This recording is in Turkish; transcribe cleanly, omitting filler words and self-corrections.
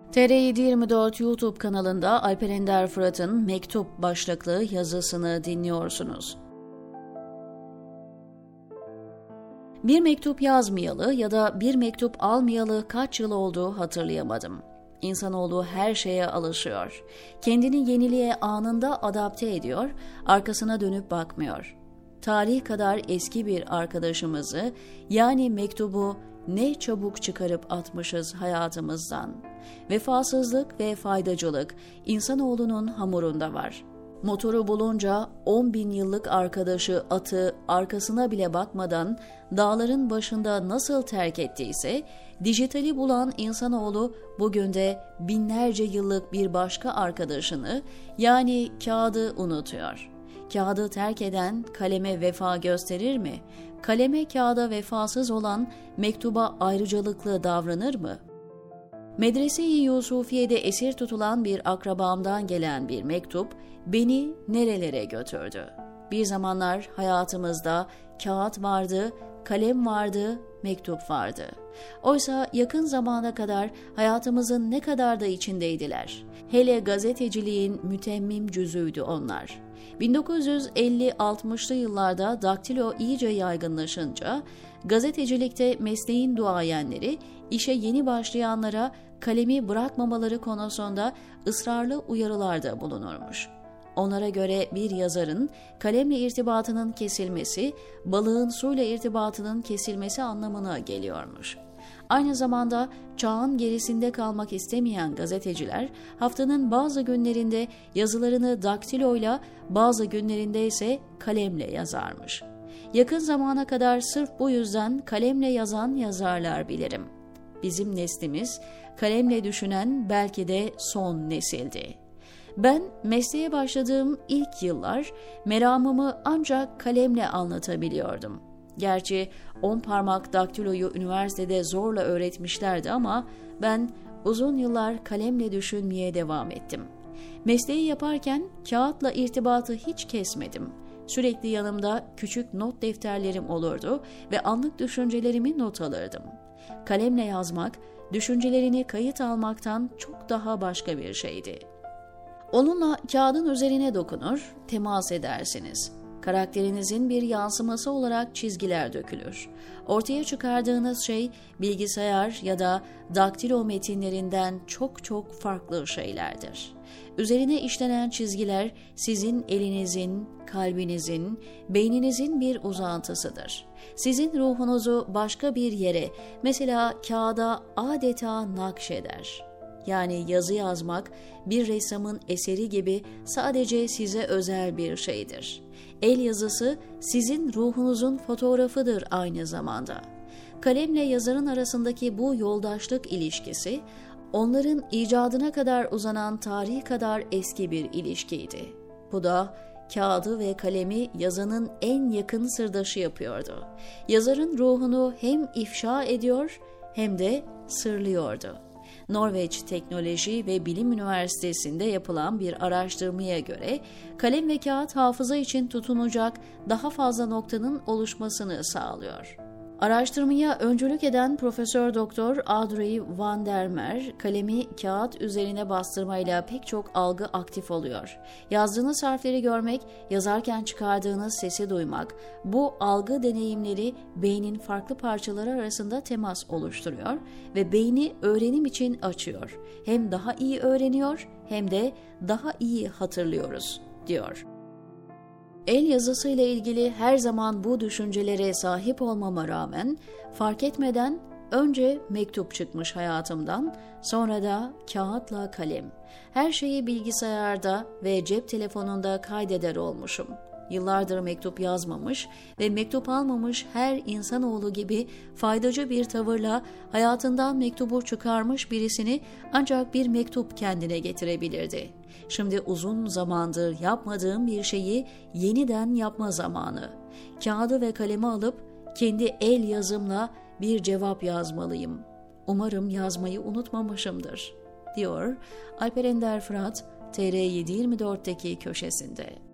TR724 YouTube kanalında Alper Ender Fırat'ın Mektup başlıklı yazısını dinliyorsunuz. Bir mektup yazmayalı ya da bir mektup almayalı kaç yıl oldu hatırlayamadım. İnsanoğlu her şeye alışıyor. Kendini yeniliğe anında adapte ediyor, arkasına dönüp bakmıyor. Tarih kadar eski bir arkadaşımızı, yani mektubu ne çabuk çıkarıp atmışız hayatımızdan. Vefasızlık ve faydacılık insanoğlunun hamurunda var. Motoru bulunca 10.000 yıllık arkadaşı atı arkasına bile bakmadan dağların başında nasıl terk ettiyse, dijitali bulan insanoğlu bugün de binlerce yıllık bir başka arkadaşını, yani kağıdı unutuyor. Kağıdı terk eden kaleme vefa gösterir mi? Kaleme kağıda vefasız olan mektuba ayrıcalıklı davranır mı? Medrese-i Yusufiye'de esir tutulan bir akrabamdan gelen bir mektup beni nerelere götürdü? Bir zamanlar hayatımızda kağıt vardı, kalem vardı, mektup vardı. Oysa yakın zamana kadar hayatımızın ne kadar da içindeydiler. Hele gazeteciliğin mütemmim cüzüydü onlar. 1950-60'lı yıllarda daktilo iyice yaygınlaşınca, gazetecilikte mesleğin duayenleri işe yeni başlayanlara kalemi bırakmamaları konusunda ısrarlı uyarılarda bulunurmuş. Onlara göre bir yazarın kalemle irtibatının kesilmesi, balığın suyla irtibatının kesilmesi anlamına geliyormuş. Aynı zamanda çağın gerisinde kalmak istemeyen gazeteciler haftanın bazı günlerinde yazılarını daktiloyla, bazı günlerinde ise kalemle yazarmış. Yakın zamana kadar sırf bu yüzden kalemle yazan yazarlar bilirim. Bizim neslimiz kalemle düşünen belki de son nesildi. Ben mesleğe başladığım ilk yıllar meramımı ancak kalemle anlatabiliyordum. Gerçi 10 parmak daktiloyu üniversitede zorla öğretmişlerdi ama ben uzun yıllar kalemle düşünmeye devam ettim. Mesleği yaparken kağıtla irtibatı hiç kesmedim. Sürekli yanımda küçük not defterlerim olurdu ve anlık düşüncelerimi not alırdım. Kalemle yazmak, düşüncelerini kayıt almaktan çok daha başka bir şeydi. Onunla kağıdın üzerine dokunur, temas edersiniz. Karakterinizin bir yansıması olarak çizgiler dökülür. Ortaya çıkardığınız şey bilgisayar ya da daktilo metinlerinden çok çok farklı şeylerdir. Üzerine işlenen çizgiler sizin elinizin, kalbinizin, beyninizin bir uzantısıdır. Sizin ruhunuzu başka bir yere, mesela kağıda adeta nakşeder. Yani yazı yazmak bir ressamın eseri gibi sadece size özel bir şeydir. El yazısı sizin ruhunuzun fotoğrafıdır aynı zamanda. Kalemle yazarın arasındaki bu yoldaşlık ilişkisi, onların icadına kadar uzanan tarih kadar eski bir ilişkiydi. Bu da kağıdı ve kalemi yazanın en yakın sırdaşı yapıyordu. Yazarın ruhunu hem ifşa ediyor hem de sırlıyordu. Norveç Teknoloji ve Bilim Üniversitesi'nde yapılan bir araştırmaya göre kalem ve kağıt hafıza için tutunacak daha fazla noktanın oluşmasını sağlıyor. Araştırmaya öncülük eden Profesör Doktor Audrey van der Meer, kalemi kağıt üzerine bastırmayla pek çok algı aktif oluyor. Yazdığınız harfleri görmek, yazarken çıkardığınız sesi duymak, bu algı deneyimleri beynin farklı parçaları arasında temas oluşturuyor ve beyni öğrenim için açıyor. Hem daha iyi öğreniyor hem de daha iyi hatırlıyoruz, diyor. El yazısıyla ilgili her zaman bu düşüncelere sahip olmama rağmen fark etmeden önce mektup çıkmış hayatımdan, sonra da kağıtla kalem. Her şeyi bilgisayarda ve cep telefonunda kaydeder olmuşum. Yıllardır mektup yazmamış ve mektup almamış her insanoğlu gibi faydacı bir tavırla hayatından mektubu çıkarmış birisini ancak bir mektup kendine getirebilirdi. Şimdi uzun zamandır yapmadığım bir şeyi yeniden yapma zamanı. Kağıdı ve kalemi alıp kendi el yazımla bir cevap yazmalıyım. Umarım yazmayı unutmamışımdır, diyor Alper Ender Fırat, TR724'teki köşesinde.